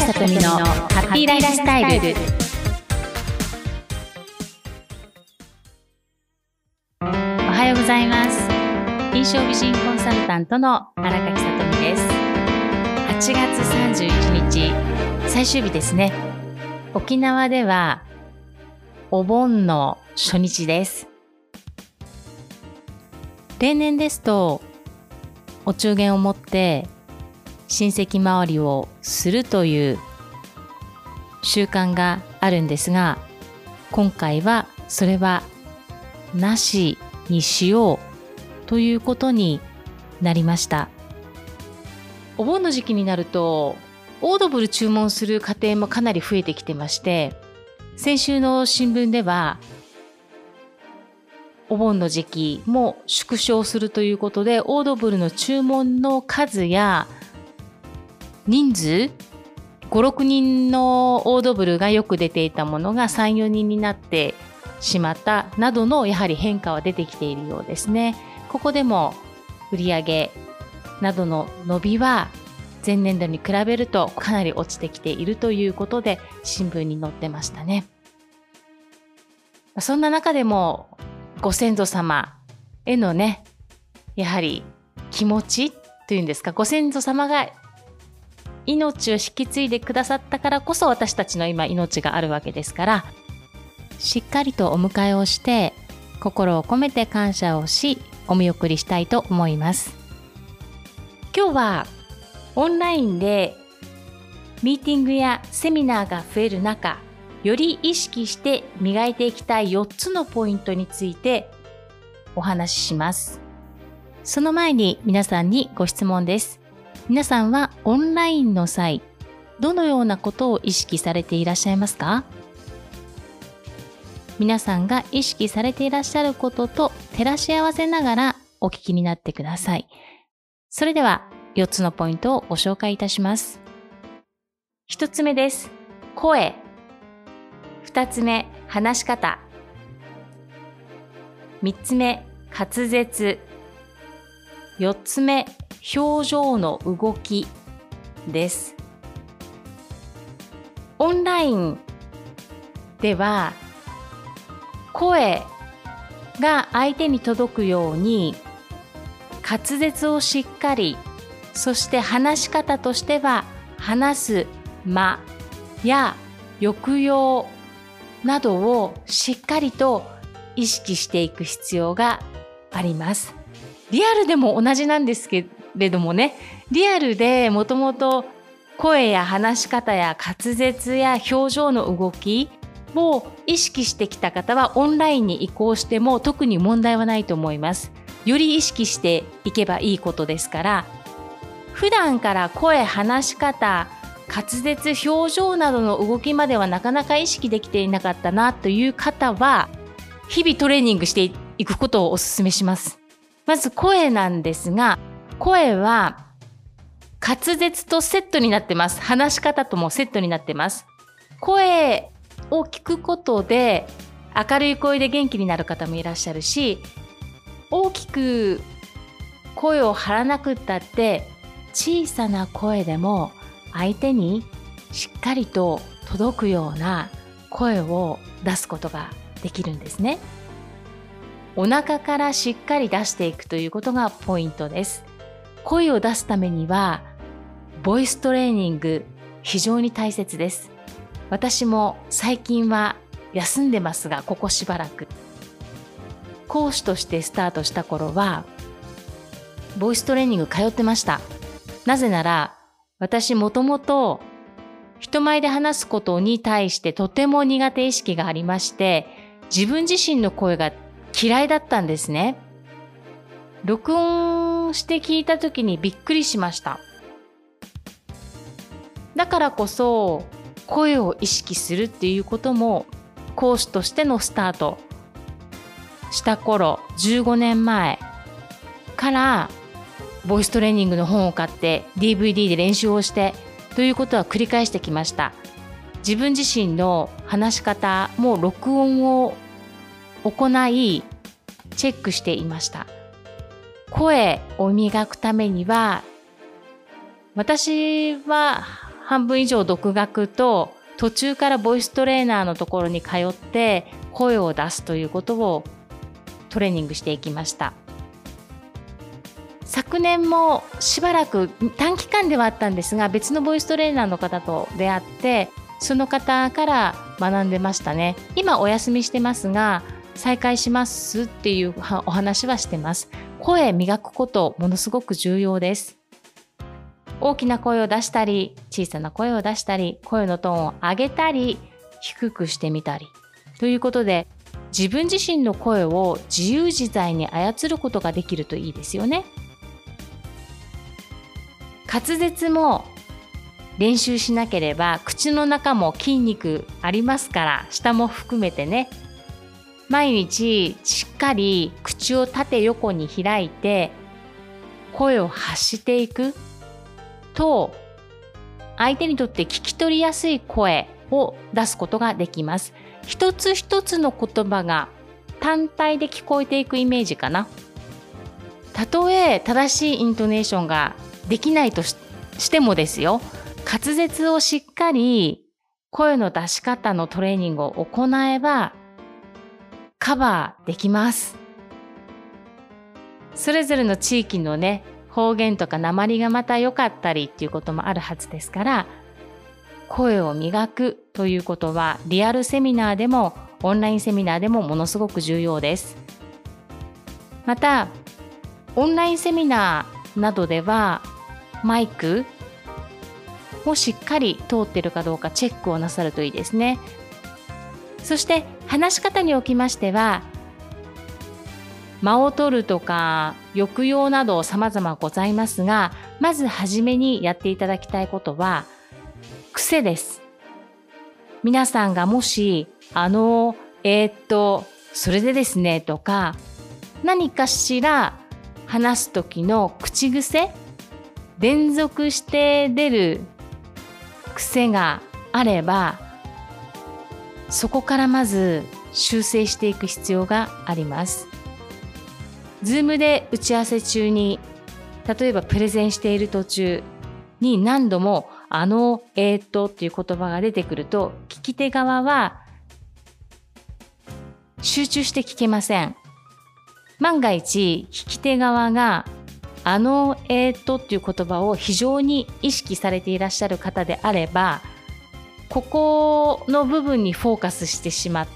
さとみのハッピーライフスタイル。おはようございます。印象美人コンサルタントの新垣さとみです。8月31日最終日ですね。沖縄ではお盆の初日です。例年ですとお中元を持って親戚周りをするという習慣があるんですが、今回はそれはなしにしようということになりました。お盆の時期になるとオードブル注文する家庭もかなり増えてきてまして、先週の新聞ではお盆の時期も縮小するということで、オードブルの注文の数や人数、5、6人のオードブルがよく出ていたものが3、4人になってしまったなどのやはり変化は出てきているようですね。ここでも売上などの伸びは前年度に比べるとかなり落ちてきているということで新聞に載ってましたね。そんな中でもご先祖様へのね、やはり気持ちというんですか、ご先祖様が命を引き継いでくださったからこそ私たちの今命があるわけですから、しっかりとお迎えをして心を込めて感謝をしお見送りしたいと思います。今日はオンラインでミーティングやセミナーが増える中、より意識して磨いていきたい4つのポイントについてお話しします。その前に皆さんにご質問です。皆さんはオンラインの際、どのようなことを意識されていらっしゃいますか？皆さんが意識されていらっしゃることと照らし合わせながらお聞きになってください。それでは4つのポイントをご紹介いたします。1つ目です。声。2つ目、話し方。3つ目、滑舌。4つ目、表情の動きです。オンラインでは声が相手に届くように滑舌をしっかり、そして話し方としては話す間や抑揚などをしっかりと意識していく必要があります。リアルでも同じなんですけれどもね、リアルでもともと声や話し方や滑舌や表情の動きを意識してきた方はオンラインに移行しても特に問題はないと思います。より意識していけばいいことですから、普段から声、話し方、滑舌、表情などの動きまではなかなか意識できていなかったなという方は、日々トレーニングしていくことをお勧めします。まず声なんですが、声は滑舌とセットになってます。話し方ともセットになってます。声を聞くことで明るい声で元気になる方もいらっしゃるし、大きく声を張らなくったって小さな声でも相手にしっかりと届くような声を出すことができるんですね。お腹からしっかり出していくということがポイントです。声を出すためにはボイストレーニング非常に大切です。私も最近は休んでますが、ここしばらく講師としてスタートした頃はボイストレーニング通ってました。なぜなら私もともと人前で話すことに対してとても苦手意識がありまして、自分自身の声が嫌いだったんですね。録音して聞いた時にびっくりしました。だからこそ声を意識するっていうことも講師としてのスタートした頃、15年前からボイストレーニングの本を買って DVD で練習をしてということは繰り返してきました。自分自身の話し方も録音を行いチェックしていました。声を磨くためには、私は半分以上独学と、途中からボイストレーナーのところに通って声を出すということをトレーニングしていきました。昨年もしばらく短期間ではあったんですが、別のボイストレーナーの方と出会って、その方から学んでましたね。今お休みしてますが、再開しますっていうお話はしてます。声磨くことものすごく重要です。大きな声を出したり、小さな声を出したり、声のトーンを上げたり、低くしてみたりということで、自分自身の声を自由自在に操ることができるといいですよね。滑舌も練習しなければ、口の中も筋肉ありますから、下も含めてね、毎日しっかり口を縦横に開いて声を発していくと、相手にとって聞き取りやすい声を出すことができます。一つ一つの言葉が単体で聞こえていくイメージかな。たとえ正しいイントネーションができないとしてもですよ、滑舌をしっかり声の出し方のトレーニングを行えばカバーできます。それぞれの地域のね、方言とか訛りがまた良かったりっていうこともあるはずですから、声を磨くということはリアルセミナーでもオンラインセミナーでもものすごく重要です。またオンラインセミナーなどではマイクをしっかり通っているかどうかチェックをなさるといいですね。そして話し方におきましては、間を取るとか抑揚など様々ございますが、まずはじめにやっていただきたいことは癖です。皆さんがもしそれでですねとか、何かしら話す時の口癖、連続して出る癖があれば、そこからまず修正していく必要があります。Zoom で打ち合わせ中に、例えばプレゼンしている途中に何度もっていう言葉が出てくると、聞き手側は集中して聞けません。万が一聞き手側がっていう言葉を非常に意識されていらっしゃる方であれば、ここの部分にフォーカスしてしまって、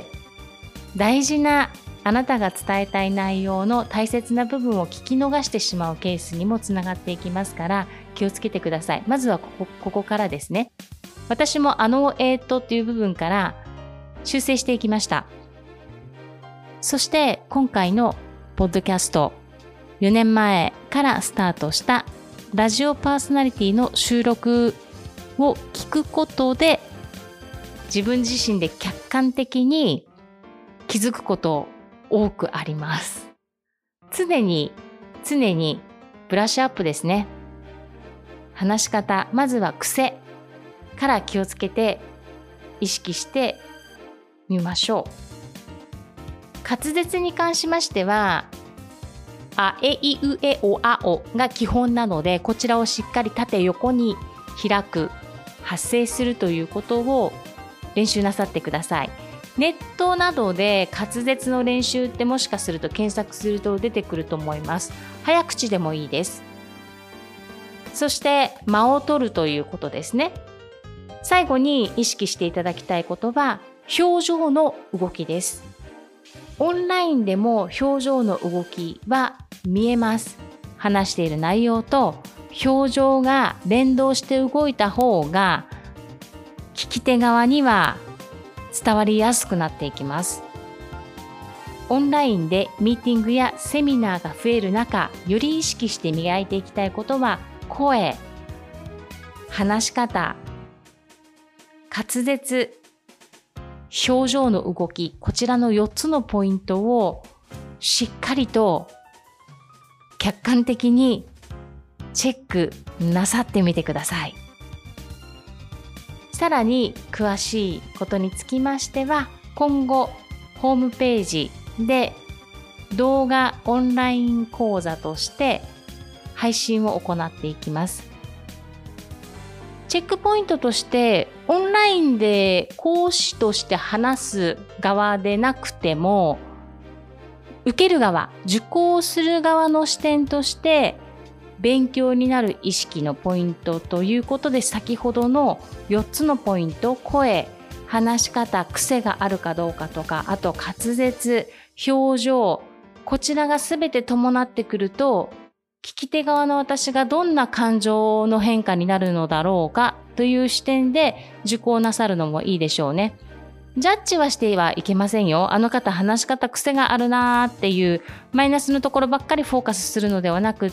大事なあなたが伝えたい内容の大切な部分を聞き逃してしまうケースにもつながっていきますから、気をつけてください。まずはここからですね。私もっていう部分から修正していきました。そして今回のポッドキャスト、4年前からスタートしたラジオパーソナリティの収録を聞くことで、自分自身で客観的に気づくこと多くあります。常にブラッシュアップですね。話し方、まずは癖から気をつけて意識してみましょう。滑舌に関しましては、あえいうえおあおが基本なので、こちらをしっかり縦横に開く、発声するということを練習なさってください。ネットなどで滑舌の練習ってもしかすると検索すると出てくると思います。早口でもいいです。そして間を取るということですね。最後に意識していただきたいことは表情の動きです。オンラインでも表情の動きは見えます。話している内容と表情が連動して動いた方が聞き手側には伝わりやすくなっていきます。オンラインでミーティングやセミナーが増える中、より意識して磨いていきたいことは声、話し方、滑舌、表情の動き、こちらの4つのポイントをしっかりと客観的にチェックなさってみてください。さらに詳しいことにつきましては、今後ホームページで動画オンライン講座として配信を行っていきます。 チェックポイントとしてオンラインで講師として話す側でなくても、受ける側、受講する側の視点として勉強になる意識のポイントということで、先ほどの4つのポイント、声、話し方、癖があるかどうかとか、あと滑舌、表情、こちらが全て伴ってくると、聞き手側の私がどんな感情の変化になるのだろうかという視点で受講なさるのもいいでしょうね。ジャッジはしてはいけませんよ。あの方話し方癖があるなーっていうマイナスのところばっかりフォーカスするのではなくって、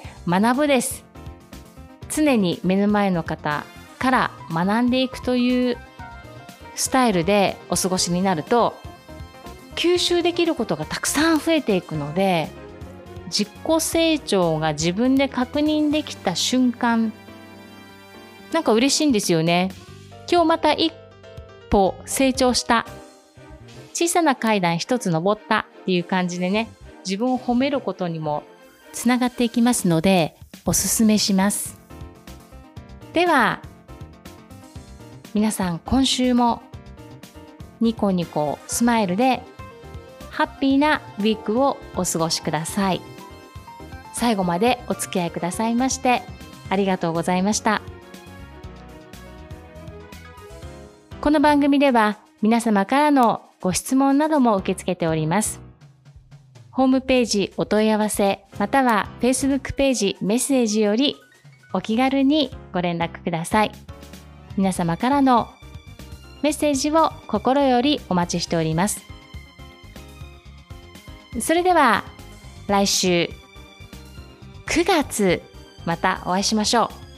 学ぶです。常に目の前の方から学んでいくというスタイルでお過ごしになると、吸収できることがたくさん増えていくので、自己成長が自分で確認できた瞬間、なんか嬉しいんですよね。今日また一歩成長した、小さな階段一つ登ったっていう感じでね、自分を褒めることにもつながっていきますので、おすすめします。では皆さん、今週もニコニコスマイルでハッピーなウィークをお過ごしください。最後までお付き合いくださいましてありがとうございました。この番組では皆様からのご質問なども受け付けております。ホームページお問い合わせ、または Facebook ページメッセージよりお気軽にご連絡ください。皆様からのメッセージを心よりお待ちしております。それでは来週9月またお会いしましょう。